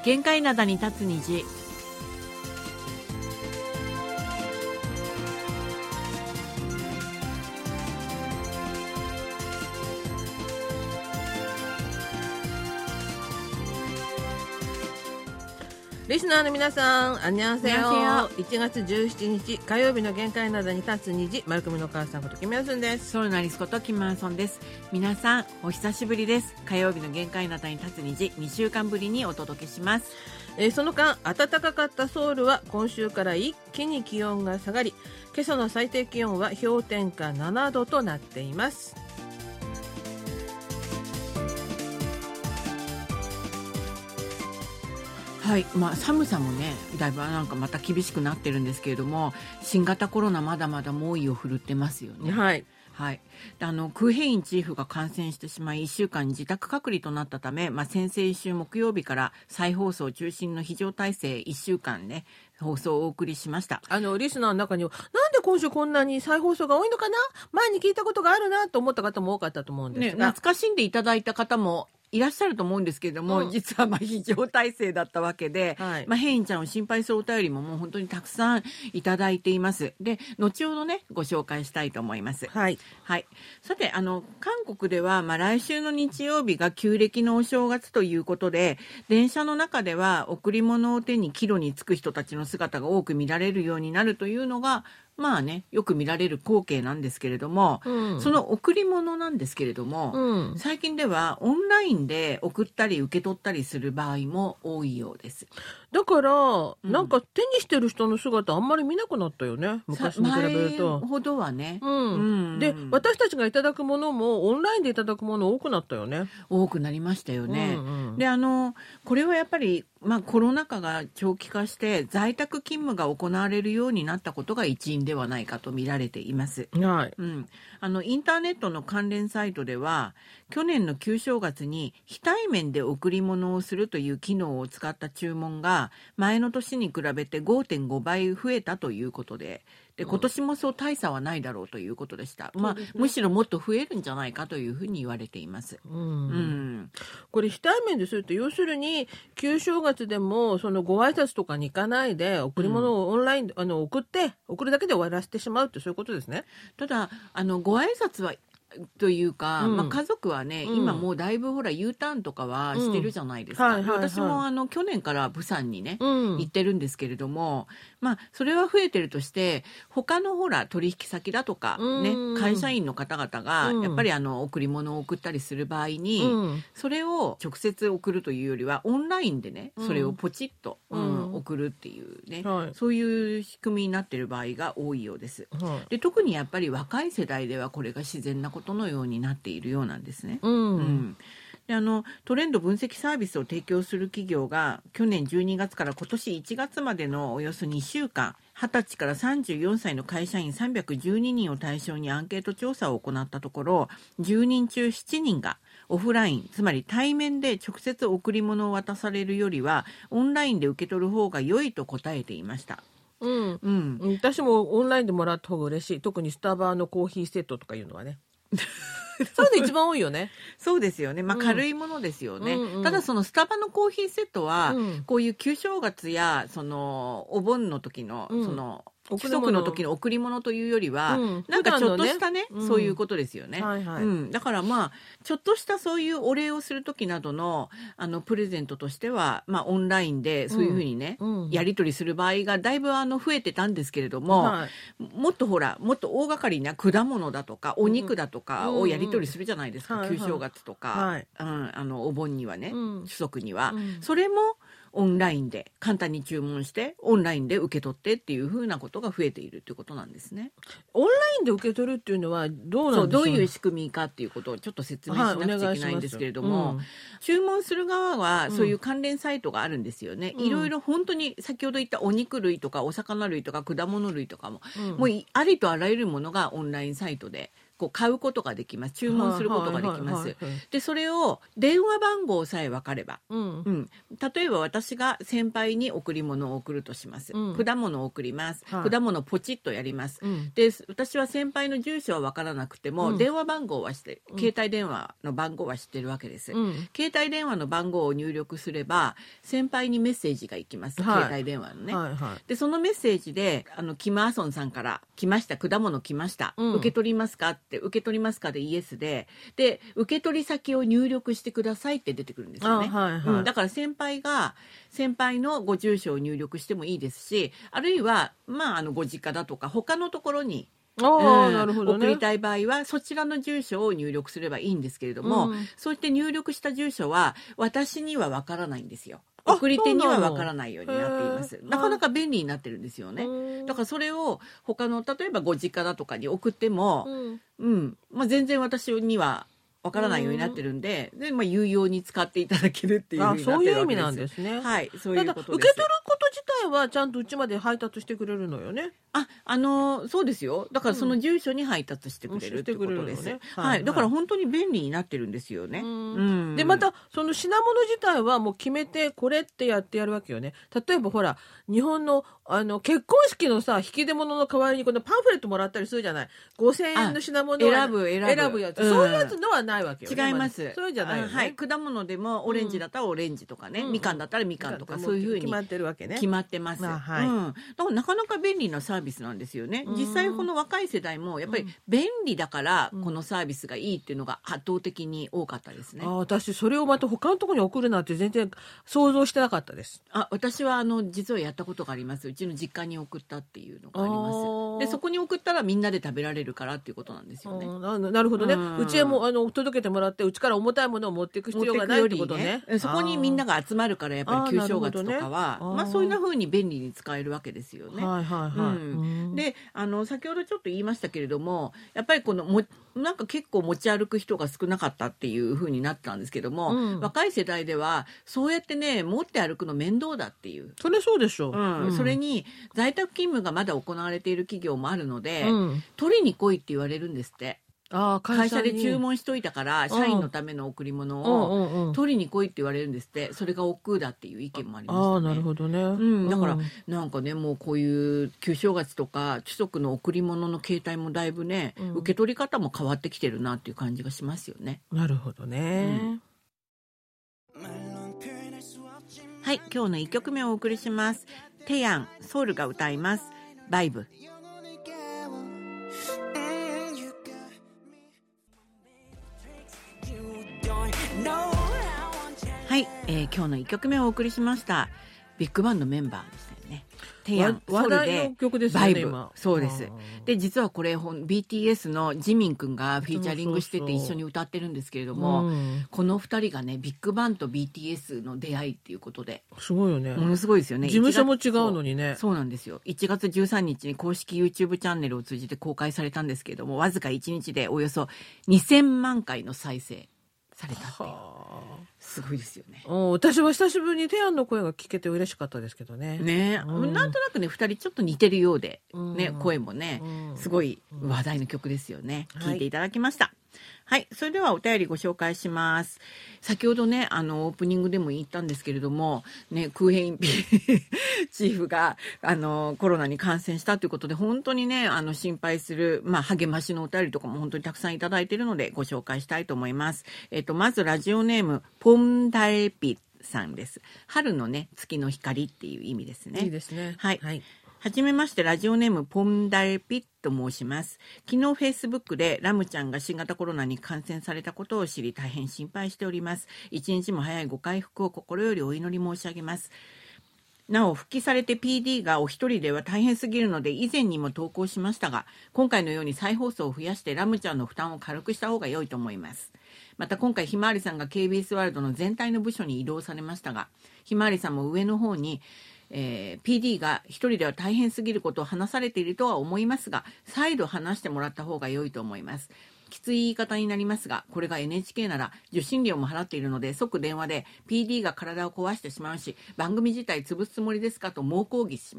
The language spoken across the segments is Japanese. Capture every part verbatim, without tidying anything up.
限界灘に立つ虹。 リスナーの皆さん、あんにゃんせよ。 안녕하세요。 いちがつじゅうしちにち火曜日の限界灘に立つ虹、丸組の母さんことキムヤスンです。 ソルナリスことキムヤソンです。皆さんお久しぶりです。火曜日の限界灘に立つ虹、にしゅうかんぶりにお届けします。 えー、その間暖かかったソウルは今週から一気に気温が下がり、今朝の最低気温は氷点下ななどとなっています。 はい、まあ、寒さもねだいぶなんかまた厳しくなってるんですけれども、新型コロナまだまだ猛威を振るってますよね。 はいはい、であのクーヘインチーフが感染してしまいいっしゅうかん自宅隔離となったため、まあ、先々週木曜日から再放送中心の非常体制いっしゅうかんね放送をお送りしました。 あのリスナーの中にはなんで今週こんなに再放送が多いのかな、前に聞いたことがあるなと思った方も多かったと思うんですが、 ね、懐かしんでいただいた方もいらっしゃると思うんですけれども、うん、実はまあ非常体制だったわけで、はい、まあ、ヘインちゃんを心配するお便りももう本当にたくさんいただいています。で後ほどねご紹介したいと思います。 はい、 はい、さてあの韓国では、まあ、来週の日曜日が旧暦のお正月ということで、電車の中では贈り物を手に帰路に着く人たちの姿が多く見られるようになるというのがまあね、よく見られる光景なんですけれども、うん、その贈り物なんですけれども、うん、最近ではオンラインで送ったり受け取ったりする場合も多いようです。 だから、うん、なんか手にしてる人の姿あんまり見なくなったよね、昔に比べると。 前ほどはね、 うんうん、で私たちがいただくものもオンラインでいただくもの多くなったよね。 多くなりましたよね、うんうん、であのこれはやっぱりまあ、コロナ禍が長期化して在宅勤務が行われるようになったことが一因ではないかと見られています、 はいうん、あのインターネットの関連サイトでは去年の旧正月に非対面で贈り物をするという機能を使った注文が前の年に比べて ごてんご 倍増えたということで、で今年もそう大差はないだろうということでした、うん、まあ、むしろもっと増えるんじゃないかというふうに言われています、 うんうん、これ非対面ですると要するに旧正月でもそのご挨拶とかに行かないで贈り物をオンラインで、うん、あの送って送るだけで終わらせてしまうってそういうことですね。 ただあのご挨拶はというか、うんまあ、家族はね、うん、今もうだいぶほら U ターンとかはしてるじゃないですか、うんはいはいはい、私もあの去年から釜山にね、うん、行ってるんですけれども、まあ、それは増えてるとして他のほら取引先だとか、ねうん、会社員の方々がやっぱりあの贈り物を送ったりする場合に、うん、それを直接送るというよりはオンラインでねそれをポチッと、うんうん、送るっていうね、はい、そういう仕組みになってる場合が多いようです、はい、で特にやっぱり若い世代ではこれが自然なことことのようになっているようなんですね、うんうん、であのトレンド分析サービスを提供する企業が去年じゅうにがつから今年いちがつまでのおよそにしゅうかんはたちからさんじゅうよんさいの会社員さんびゃくじゅうににんを対象にアンケート調査を行ったところじゅうにんちゅうしちにんがオフラインつまり対面で直接贈り物を渡されるよりはオンラインで受け取る方が良いと答えていました。 うんうん、私もオンラインでもらった方が嬉しい。特にスタバのコーヒーセットとかいうのはねそれで一番多いよね。 そうですよね、まあ、軽いものですよね、うんうん、ただそのスタバのコーヒーセットは、うん、こういう旧正月やそのお盆の時の、うん、その規則の時の贈り物というよりは、うん、なんかちょっとしたね、うん、そういうことですよね、はいはいうん、だからまあちょっとしたそういうお礼をする時などのあのプレゼントとしては、まあ、オンラインでそういうふうにね、うん、やり取りする場合がだいぶあの増えてたんですけれども、はい、もっとほらもっと大掛かりな果物だとかお肉だとかをやり取りするじゃないですか、うんうん、旧正月とか、はいうん、あのお盆にはね、うん、主足には、うん、それもオンラインで簡単に注文してオンラインで受け取ってっていう風なことが増えているということなんですね。 オンラインで受け取るっていうのはどうなんでしょう。 そうどういう仕組みかっていうことをちょっと説明しなくちゃいけないんですけれども、はいうん、注文する側はそういう関連サイトがあるんですよね、うん、いろいろ本当に先ほど言ったお肉類とかお魚類とか果物類とかも、うん、もうありとあらゆるものがオンラインサイトでこう買うことができます。注文することができます。でそれを電話番号さえ分かれば、うんうん、例えば私が先輩に贈り物を送るとします、うん、果物を送ります、はい、果物をポチッとやります、うん、で私は先輩の住所は分からなくても、うん、電話番号はして、うん、携帯電話の番号は知ってるわけです、うん、携帯電話の番号を入力すれば先輩にメッセージが行きます、はい、携帯電話のね、はいはい、でそのメッセージであのキム・アソンさんから来ました、果物来ました、うん、受け取りますかって受け取りますかでイエスでで受け取り先を入力してくださいって出てくるんですよね、はいはいうん、だから先輩が先輩のご住所を入力してもいいですし、あるいは、まあ、あのご実家だとか他のところにあ、うん、なるほどね、送りたい場合はそちらの住所を入力すればいいんですけれども、うん、そうやって入力した住所は私には分からないんですよ。送り手には分からないようになっています。なかなか便利になってるんですよね。だからそれを他の例えばご実家だとかに送っても、うんうんまあ、全然私には分からないようになってるんで、で、まあ、有用に使っていただけるっていうふうになってるわけです。あ、そういう意味なんですね。はい、そういうことです。ただ受け取ること自体はちゃんとうちまで配達してくれるのよね。あ、あのそうですよ。だからその住所に配達してくれるってことです。うんね、はい、はい、だから本当に便利になってるんですよね。うん、 でまたその品物自体はもう決めてこれってやってやるわけよね。例えばほら日本のあの結婚式のさ引き出物の代わりにこのパンフレットもらったりするじゃない。ごせんえんの品物を選ぶ選ぶ選ぶやつ、うん、そういうやつのはないわけよね。 違います。 そういうじゃないよね。 はい、果物でもオレンジだったらオレンジとかね、うん、みかんだったらみかんとか、うん、そういうふうに決まってるわけね。 決まってます。はい、うん、だからなかなか便利なサービスなんですよね。実際この若い世代もやっぱり便利だからこのサービスがいいっていうのが圧倒的に多かったですね。 あ、私それをまた他のところに送るなんて全然想像してなかったです。 あ、私はあの実はやったことがあります。うちの実家に送ったっていうのがあります。でそこに送ったらみんなで食べられるからっていうことなんですよね。 な, なるほどね。うちへもあの届けてもらってうちから重たいものを持っていく必要がないってことね。 ね、そこにみんなが集まるからやっぱり旧正月とかは、ね、まあそういう風に便利に使えるわけですよね。はいはいはい。うん、であの先ほどちょっと言いましたけれども、やっぱりこのもなんか結構持ち歩く人が少なかったっていう風になったんですけども、うん、若い世代ではそうやってね持って歩くの面倒だっていう。 それそうでしょう。 うんうん、それに在宅勤務がまだ行われている企業もあるので、うん、取りに来いって言われるんですって。あ、会社で注文しといたから社員のための贈り物を取りに来いって言われるんですって。それが億劫だっていう意見もありましたね。 あ、なるほどね、 うん、だからなんかねもうこういう旧正月とか規則の贈り物の形態もだいぶね、うん、受け取り方も変わってきてるなっていう感じがしますよね。 なるほどね、 うん、はい、今日のいっきょくめをお送りします。テヤンソウルが歌いますバイブ。はい、えー、今日のいっきょくめをお送りしました。ビッグバンのメンバーでしたよね。テヤンソウルでバイブ。そうです。で実はこれ ビーティーエス のジミン君がフィーチャリングしてて一緒に歌ってるんですけれども、そうそうそう、このふたりがねビッグバンと ビーティーエス の出会いっていうことですごいよね。 ものすごいですよね。 事務所も違うのにね。 そう、そうなんですよ。いちがつじゅうさんにちに公式 YouTube チャンネルを通じて公開されたんですけれども、わずかいちにちでおよそにせんまんかいの再生されたっていう。すごいですよね。 私は久しぶりにテヤンの声が聞けて嬉しかったですけどね。 ね、うん、なんとなくねふたりちょっと似てるようで、ね、うん、声もね、うん、すごい話題の曲ですよね、うん、聞いていただきました。はい、それではお便りご紹介します。先ほどねあのオープニングでも言ったんですけれども、ね、クーヘインピチーフがあのコロナに感染したということで本当にねあの心配する、まあ、励ましのお便りとかも本当にたくさんいただいているのでご紹介したいと思います。えっと、まずラジオネームポンダエピさんです。春のね月の光っていう意味ですね。 いいですね。 はい、はい。はじめまして、ラジオネームポンダレピッと申します。昨日フェイスブックでラムちゃんが新型コロナに感染されたことを知り大変心配しております。一日も早いご回復を心よりお祈り申し上げます。なお復帰されて ピーディー がお一人では大変すぎるので以前にも投稿しましたが、今回のように再放送を増やしてラムちゃんの負担を軽くした方が良いと思います。また今回ひまわりさんが ケービーエス ワールドの全体の部署に移動されましたが、ひまわりさんも上の方にえー、ピーディー が一人では大変すぎることを話されているとは思いますが、再度話してもらった方が良いと思います。きつい言い方になりますが、これが エヌエイチケー なら受信料も払っているので即電話で ピーディー が体を壊してしまうし番組自体潰すつもりですかと猛抗議します。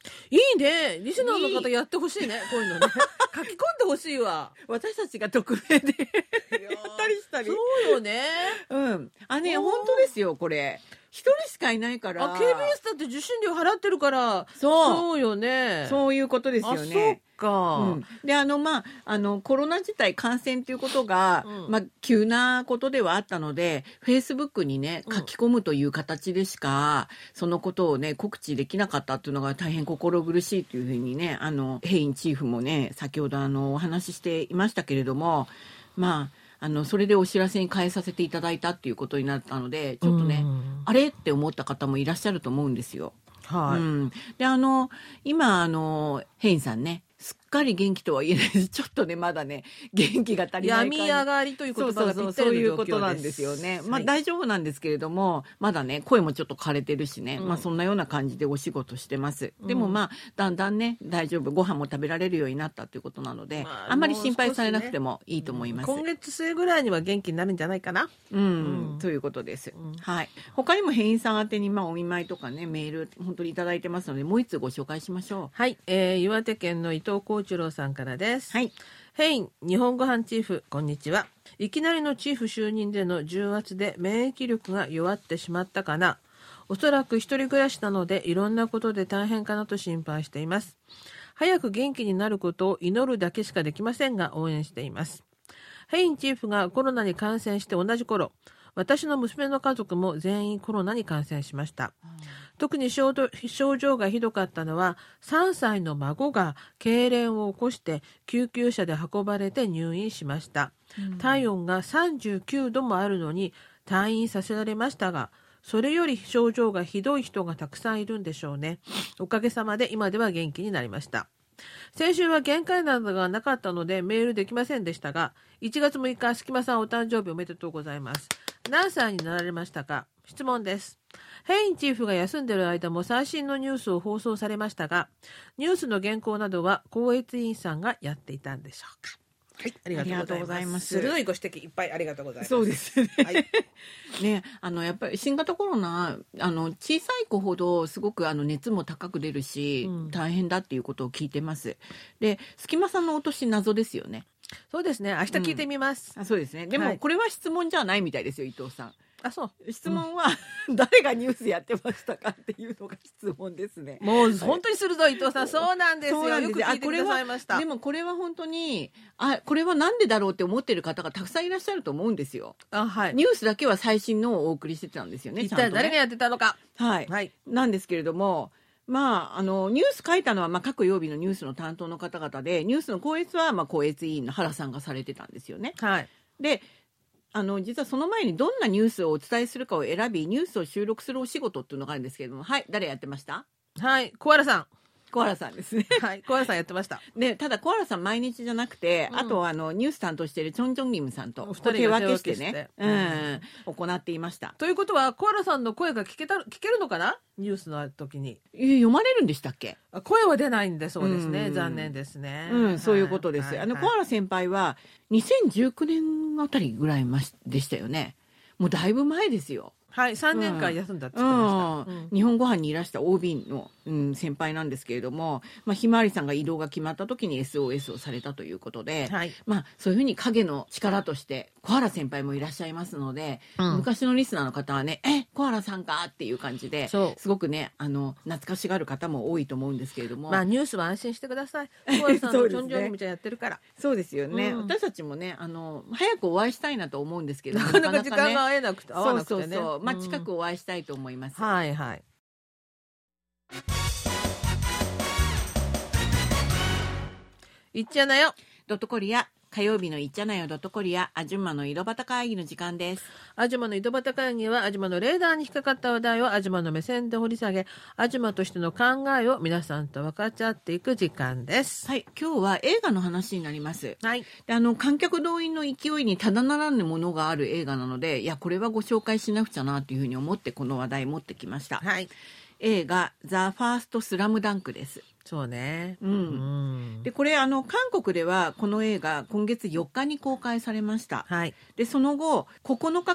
いいね。リスナーの方やってほしいね。こういうのね。書き込んでほしいわ。 私たちが匿名でやったりしたり。 そうよね。 うん。あ、ね、本当ですよ、これ。一人しかいないから。 あ、ケービーエス だって受信料払ってるから。 そう。 そうよね。 そういうことですよね。 あ、そっか。 うん、で、あの、まあ、あの、コロナ自体感染ということが、うん、まあ、急なことではあったので、Facebook にね、書き込むという形でしか、うん、そのことをね、告知できなかったっていうのが大変心苦しいというふうにね、あの、ヘインチーフもね、先ほどあの、お話ししていましたけれども、まあ、あの、それでお知らせに変えさせていただいたっていうことになったので、ちょっとね、うん、あれって思った方もいらっしゃると思うんですよ。 はい。うん、 で、あの、今、あの、ヘインさんね、すっかり元気とは言えないです。ちょっとね、まだね、元気が足りない感じ。 病み上がりという言葉がぴったりの状況です。 そうそうそう、そういうことなんですよね。はい、まあ大丈夫なんですけれども、まだね、声もちょっと枯れてるしね、うん、まあそんなような感じでお仕事してます。でもまあ、だんだんね、大丈夫、ご飯も食べられるようになったということなので、まあ、あんまり心配されなくてもいいと思います。 ね、うん、今月末ぐらいには元気になるんじゃないかな。 うん、うん、ということです。うん、はい。他にもヘインさん宛てに、まあお見舞いとかね、メール、本当にいただいてますので、もう一つご紹介しましょう。 はい。えー、岩手県の伊藤幸一郎さんからです。 はい。 ヘイン、日本ご飯チーフ、こんにちは。いきなりのチーフ就任での重圧で免疫力が弱ってしまったかな。おそらく一人暮らしなのでいろんなことで大変かなと心配しています。早く元気になることを祈るだけしかできませんが応援しています。ヘインチーフがコロナに感染して同じ頃、私の娘の家族も全員コロナに感染しました。特に症状がひどかったのはさんさいの孫が痙攣を起こして救急車で運ばれて入院しました。うん、体温がさんじゅうきゅうどもあるのに退院させられましたが、それより症状がひどい人がたくさんいるんでしょうね。おかげさまで今では元気になりました。先週は限界などがなかったのでメールできませんでしたが、いちがつむいか、すきまさんお誕生日おめでとうございます。何歳になられましたか？質問です。ヘインチーフが休んでいる間も最新のニュースを放送されましたが、ニュースの原稿などは光悦委員さんがやっていたんでしょうか？はい、ありがとうございます。鋭いご指摘いっぱいありがとうございます。 そうですね。はい、ね、あのやっぱり新型コロナ、あの小さい子ほどすごくあの熱も高く出るし、うん、大変だっていうことを聞いてます。で、すきまさんのお年謎ですよね。 そうですね。明日聞いてみます。 うん、あ、そうですね。でも、はい、これは質問じゃないみたいですよ、伊藤さん。 あ、そう。 質問は、うん、誰がニュースやってましたかっていうのが質問ですね。 もう本当に鋭い伊藤さん、そうなんですよ。よく聞いてくださいました。 でもこれは本当に、あ、これはなんでだろうって思ってる方がたくさんいらっしゃると思うんですよ。 あ、はい。 ニュースだけは最新のをお送りしてたんですよね。 一体誰がやってたのか。 はい。はい。なんですけれども、まあ、あの、ニュース書いたのは、まあ、各曜日のニュースの担当の方々で、ニュースの校閲は、まあ、校閲委員の原さんがされてたんですよね。 はい。 で、あの、実はその前にどんなニュースをお伝えするかを選び、ニュースを収録するお仕事っていうのがあるんですけれども、はい、誰やってました？ はい、小原さん。 小原さんですね。 はい、小原さんやってました。 ね、ただ小原さん毎日じゃなくて、うん、あとあのニュース担当しているチョン・ジョンリムさんと二人手分けしてね、うん、行っていました。 ということは小原さんの声が聞けた聞けるのかな？ニュースの時に。 読まれるんでしたっけ？ 声は出ないんで、そうですね。残念ですね。 うん、そういうことです。はい、あの、はい、小原先輩はにせんじゅうきゅうねんあたりぐらいましでしたよね。もうだいぶ前ですよ。 はい、さんねんかん休んだって言ってました。 うんうん、日本ご飯にいらした オービー の、うん、先輩なんですけれども、まあ、ひまわりさんが異動が決まった時に エスオーエス をされたということで、 はい、 まあ、そういうふうに影の力として小原先輩もいらっしゃいますので、うん、昔のリスナーの方はね、え、小原さんかっていう感じで、すごくね、あの、懐かしがる方も多いと思うんですけれども。 まあ、ニュースは安心してください。小原さんのチョンジョンリムちゃんやってるから。 そうですよね、うん。私たちもね、あの、早くお会いしたいなと思うんですけど、 なかなか時間が合えなくて、合わなくてね。 そうそうそう。まあ、近くお会いしたいと思います。 うん、はいはい。いっちゃなよドットコリア火曜日のいっちゃなよドットコリアアジュマの井戸端会議の時間です。 アジュマの井戸端会議はアジュマのレーダーに引っかかった話題をアジュマの目線で掘り下げ、アジュマとしての考えを皆さんと分かち合っていく時間です。 はい、今日は映画の話になります。 はい。 で、あの観客動員の勢いにただならぬものがある映画なので、いやこれはご紹介しなくちゃなというふうに思ってこの話題持ってきました。 はい。 映画ザ・ファースト・スラムダンクです。 そうね。 うん。うん、で、これあの韓国ではこの映画今月よっかに公開されました。 はい。 で、その後ここのかから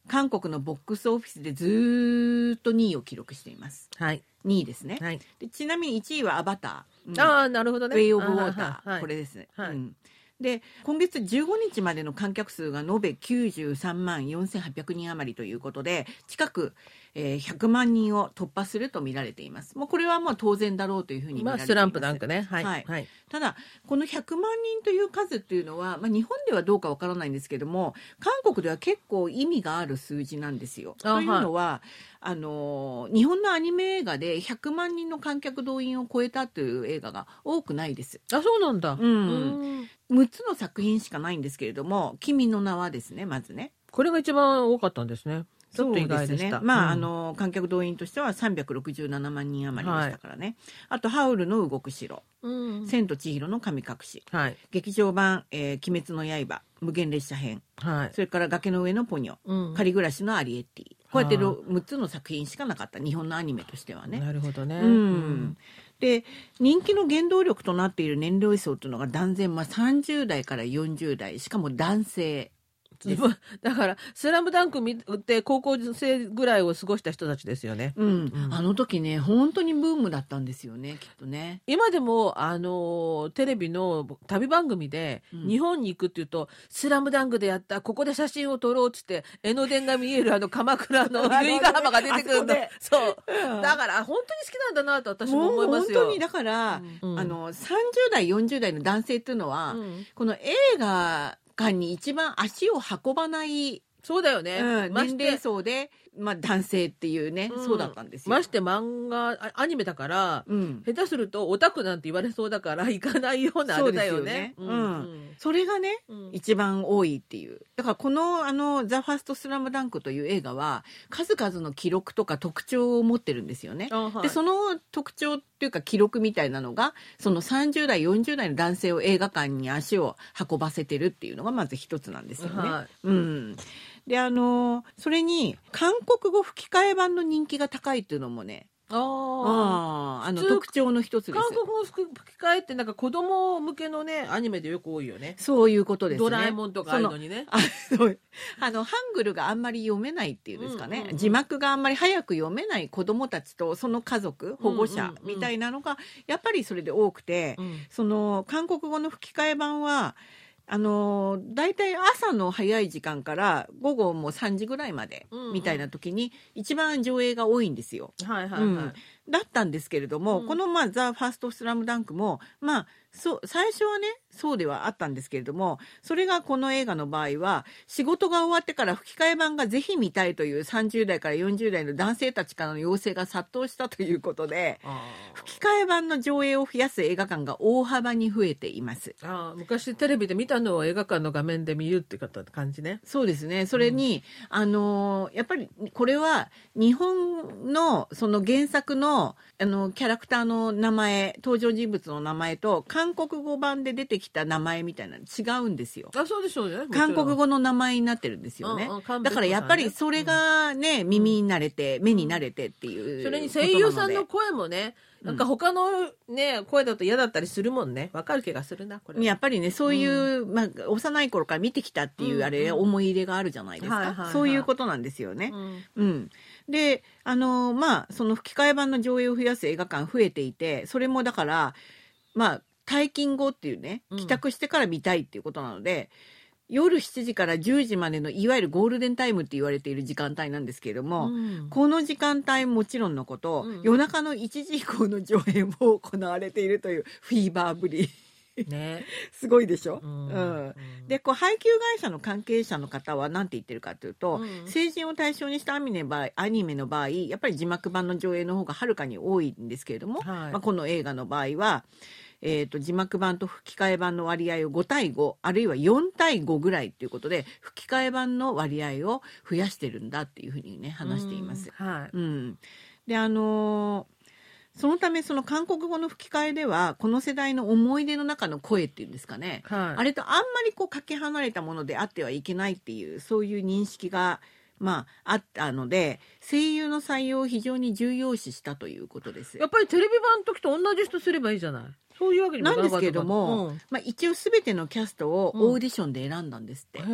韓国のボックスオフィスでずーっとにいを記録しています。 はい。 にいですね。 はい、 でちなみにいちいはアバター。 うん、ああ、なるほどね。 ウェイ・オブ・ウォーター。 はい、 これですね。 はい、 うんで今月じゅうごにちまでの観客数が延べきゅうじゅうさんまんよんせんはっぴゃくにん余りということで近く、えー、ひゃくまんにんを突破すると見られています。もうこれはもう当然だろうというふうに見られています。 まあ、スランプダンクね、はいはいはい、 ただこのひゃくまんにんという数っていうのは、まあ、日本ではどうかわからないんですけども韓国では結構意味がある数字なんですよ。というのは、はい、あの日本のアニメ映画でひゃくまんにんの観客動員を超えたという映画が多くないです。 あ、そうなんだ。 うん、うんむっつの作品しかないんですけれども、君の名はですね、まずね。 これが一番多かったんですね。ちょっと意外でした。そうですね。 まあ、うん、あの、観客動員としてはさんびゃくろくじゅうななまんにん余りでしたからね。はい、あと、ハウルの動く城。うん、千と千尋の神隠し。はい、劇場版、えー、鬼滅の刃。無限列車編。はい、それから崖の上のポニョ。うん、仮暮らしのアリエッティ。こうやってむっつの作品しかなかった。日本のアニメとしてはね。 なるほどね。 うん。うんで人気の原動力となっている年齢層というのが断然、まあ、さんじゅうだいからよんじゅうだいしかも男性だから「スラムダンク見て高校生ぐらいを過ごした人たちですよね、 うんうん、あの時ね本当にブームだったんですよねきっとね。 今でもあのテレビの旅番組で日本に行くっていうと、うん、スラムダンクでやったここで写真を撮ろうっつって江ノ電が見えるあの鎌倉の由比ヶ浜が出てくるんだそう、うん、だから本当に好きなんだなと私も思いますよ。 本当にだから、うん、あのさんじゅうだいよんじゅうだいの男性っていうのは、うん、この映画館に一番足を運ばないそうだよね、 うん、年齢層で、まあ、男性っていうね、うん、そうだったんですよ。 まして漫画アニメだから、うん、下手するとオタクなんて言われそうだから行かないようなあれだよね。 そ, うよね、うんうん、それがね、うん、一番多いっていう。だからこのあのザ・ファースト・スラムダンクという映画は数々の記録とか特徴を持ってるんですよね。はい、でその特徴っていうか記録みたいなのがそのさんじゅうだいよんじゅうだいの男性を映画館に足を運ばせてるっていうのがまず一つなんですよね。はい、うんであのそれに韓国語吹き替え版の人気が高いっていうのもねあああの特徴の一つです。 韓国語吹き替えってなんか子供向けのねアニメでよく多いよね。 そういうことですね。 ドラえもんとかああいうのにね。 あそうあのハングルがあんまり読めないっていうんですかね、うんうんうん、字幕があんまり早く読めない子供たちとその家族保護者みたいなのがやっぱりそれで多くて、うんうんうん、その韓国語の吹き替え版はあのだいたい朝の早い時間から午後もさんじぐらいまでみたいな時に一番上映が多いんですよ。 はいはいはい、うんだったんですけれども、うん、この、まあ、ザ・ファースト・スラムダンクも、まあ、そう最初はねそうではあったんですけれどもそれがこの映画の場合は仕事が終わってから吹き替え版がぜひ見たいというさんじゅうだいからよんじゅうだいの男性たちからの要請が殺到したということで吹き替え版の上映を増やす映画館が大幅に増えています。 あ昔テレビで見たのを映画館の画面で見るって感じね。 そうですね。それに、うん、あのやっぱりこれは日本のその原作のあのキャラクターの名前登場人物の名前と韓国語版で出てきた名前みたいなの違うんですよ。 あそうでしょうね。 韓国語の名前になってるんですよね。うんうん、だからやっぱりそれがね、うん、耳に慣れて目に慣れてっていう、 それに声優さんの声もねなんか他のね声だと嫌だったりするもんね。わかる気がするなこれ。 やっぱりねそういう、うんまあ、幼い頃から見てきたっていうあれ、うんうん、思い入れがあるじゃないですか、はいはいはい、そういうことなんですよね。うんうん、であのまあその吹き替え版の上映を増やす映画館増えていてそれもだからまあ退勤後っていうね帰宅してから見たいっていうことなので、うん、夜しちじからじゅうじまでのいわゆるゴールデンタイムって言われている時間帯なんですけれども、うん、この時間帯もちろんのこと、うん、夜中のいちじ以降の上映も行われているというフィーバーぶりね、すごいでしょ、うんうん、でこう配給会社の関係者の方は何て言ってるかというと、うん、成人を対象にしたアニメの場合、アニメの場合やっぱり字幕版の上映の方がはるかに多いんですけれども、はいまあ、この映画の場合はえー、と字幕版と吹き替え版の割合をごたいごあるいはよんたいごぐらいっていうことで吹き替え版の割合を増やしてるんだっていうふうにね話しています。うんはいうん、であのーそのためその韓国語の吹き替えではこの世代の思い出の中の声っていうんですかね、はい、あれとあんまりこうかけ離れたものであってはいけないっていうそういう認識がまあ、あったので声優の採用を非常に重要視したということです。 やっぱりテレビ版の時と同じ人すればいいじゃない。そういうわけにもなんですけれども、 うん、 まあ、一応全てのキャストをオーディションで選んだんですって。 うん、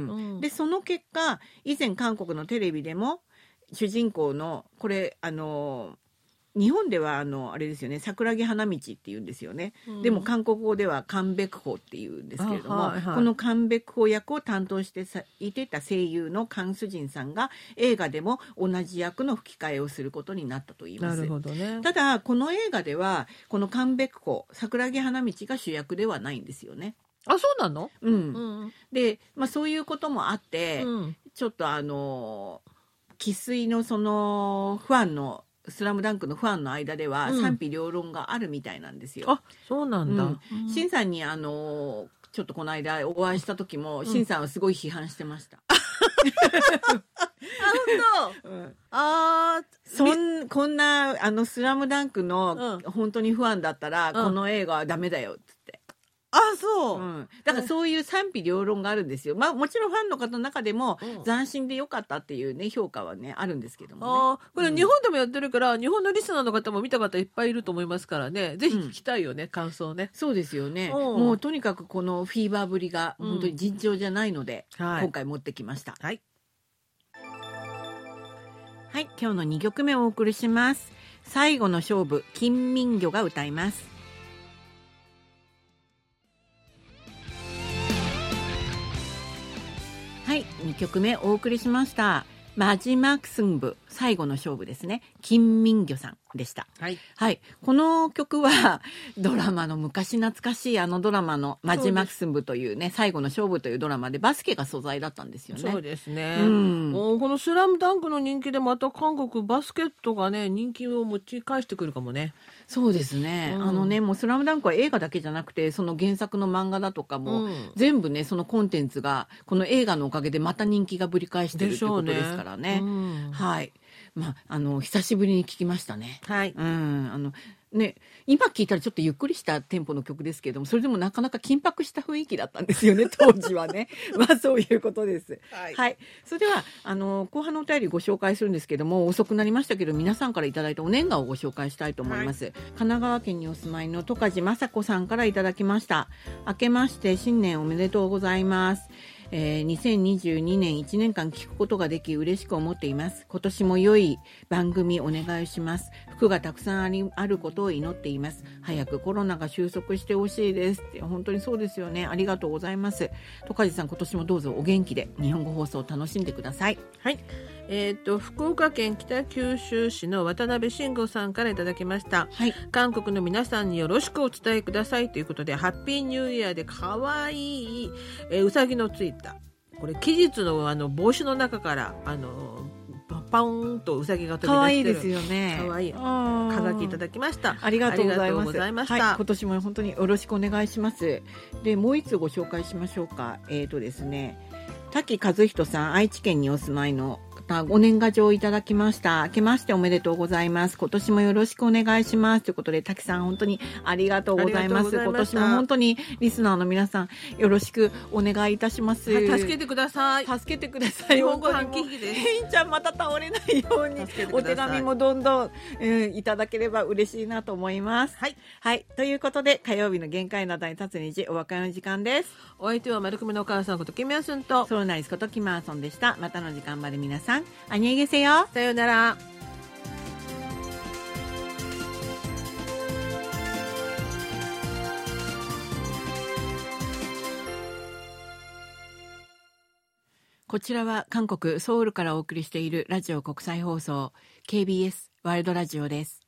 うん、でその結果以前韓国のテレビでも主人公のこれあの日本ではあのあれですよね、桜木花道って言うんですよね、うん、でも韓国語ではカンベクホっていうんですけれども、はいはい、このカンベクホ役を担当していてた声優のカン・スジンさんが映画でも同じ役の吹き替えをすることになったといいます。 なるほどね。 ただこの映画ではこのカンベクホ、桜木花道が主役ではないんですよね。 あ、そうなの？ うん、うん、で、まあ、そういうこともあって、うん、ちょっとあの生粋のそのファンのスラムダンクのファンの間では賛否両論があるみたいなんですよ。 うん、あ、そうなんだ。 うん、シンさんにあのちょっとこの間お会いした時も、うん、シンさんはすごい批判してました。あ、 本当。うん、あそんこんなあのスラムダンクの本当にファンだったら、うん、この映画はダメだよっつって。 あ、そう、 うん、だからそういう賛否両論があるんですよ。まあもちろんファンの方の中でも斬新で良かったっていうね評価はねあるんですけどもね。 あ、これ日本でもやってるから、うん、日本のリスナーの方も見た方いっぱいいると思いますからね、ぜひ聞きたいよね、うん、感想ね。 そうですよね。もうとにかくこのフィーバーぶりが本当に尋常じゃないので、うん、今回持ってきました。 はい、 はい、今日のにきょくめをお送りします。最後の勝負、金民魚が歌います。はい、にきょくめお送りしました。マジマクスンブ、最後の勝負ですね。金民魚さんでした。 はい、 はい、この曲はドラマの昔懐かしいあのドラマのマジマクスンブというね、最後の勝負というドラマでバスケが素材だったんですよね。 そうですね。 うん、 もうこのスラムダンクの人気でまた韓国バスケットがね人気を持ち返してくるかもね。 そうですね、うん、あのねもうスラムダンクは映画だけじゃなくてその原作の漫画だとかも、うん、全部ねそのコンテンツがこの映画のおかげでまた人気がぶり返してるってことですからね。 うん、 はい、まあ、あの久しぶりに聞きましたね。 はい、 うん、あのね、今聞いたらちょっとゆっくりしたテンポの曲ですけれども、それでもなかなか緊迫した雰囲気だったんですよね当時はねまあそういうことです。 はい、 はい、それではあの後半のお便りご紹介するんですけども、遅くなりましたけど皆さんからいただいたお年賀をご紹介したいと思います。はい、神奈川県にお住まいの戸梶雅子さんからいただきました。明けまして新年おめでとうございます。えー、にせんにじゅうにねんいちねんかん聞くことができ嬉しく思っています。今年も良い番組お願いします。服がたくさんあり、あることを祈っています。早くコロナが収束してほしいですって。本当にそうですよね。ありがとうございます。戸梶さん、今年もどうぞお元気で日本語放送を楽しんでください。 はい、えー、と福岡県北九州市の渡辺慎吾さんからいただきました。 はい、 韓国の皆さんによろしくお伝えくださいということで、ハッピーニューイヤーでかわいい、えー、うさぎのついたこれ期日のあの帽子の中からあのパーンとうさぎが飛び出してる。 かわいいですよね。 かわいい。はがきいただきました。 ありがとうございます。 ざいました。 はい、今年も本当によろしくお願いします。でもう一つご紹介しましょうか。えーとですね、滝和人さん、愛知県にお住まいの方、お年賀状をいただきました。明けましておめでとうございます。今年もよろしくお願いします。ということで、滝さん本当にありがとうございます。今年も本当にリスナーの皆さんよろしくお願いいたします。 はい、助けてください。 助けてください。 日本語半期です。 ヘインちゃんまた倒れないようにお手紙もどんどん、うん、いただければ嬉しいなと思います。 はい。 はい。ということで、火曜日の限界などに立つ日、お別れの時間です。 お相手は丸組のお母さんことキムヤスンとソロナリスことキムアソンでした。またの時間まで皆さん、アニエゲセよ。 さようなら。 こちらは韓国ソウルからお送りしているラジオ国際放送 ケービーエス ワールドラジオです。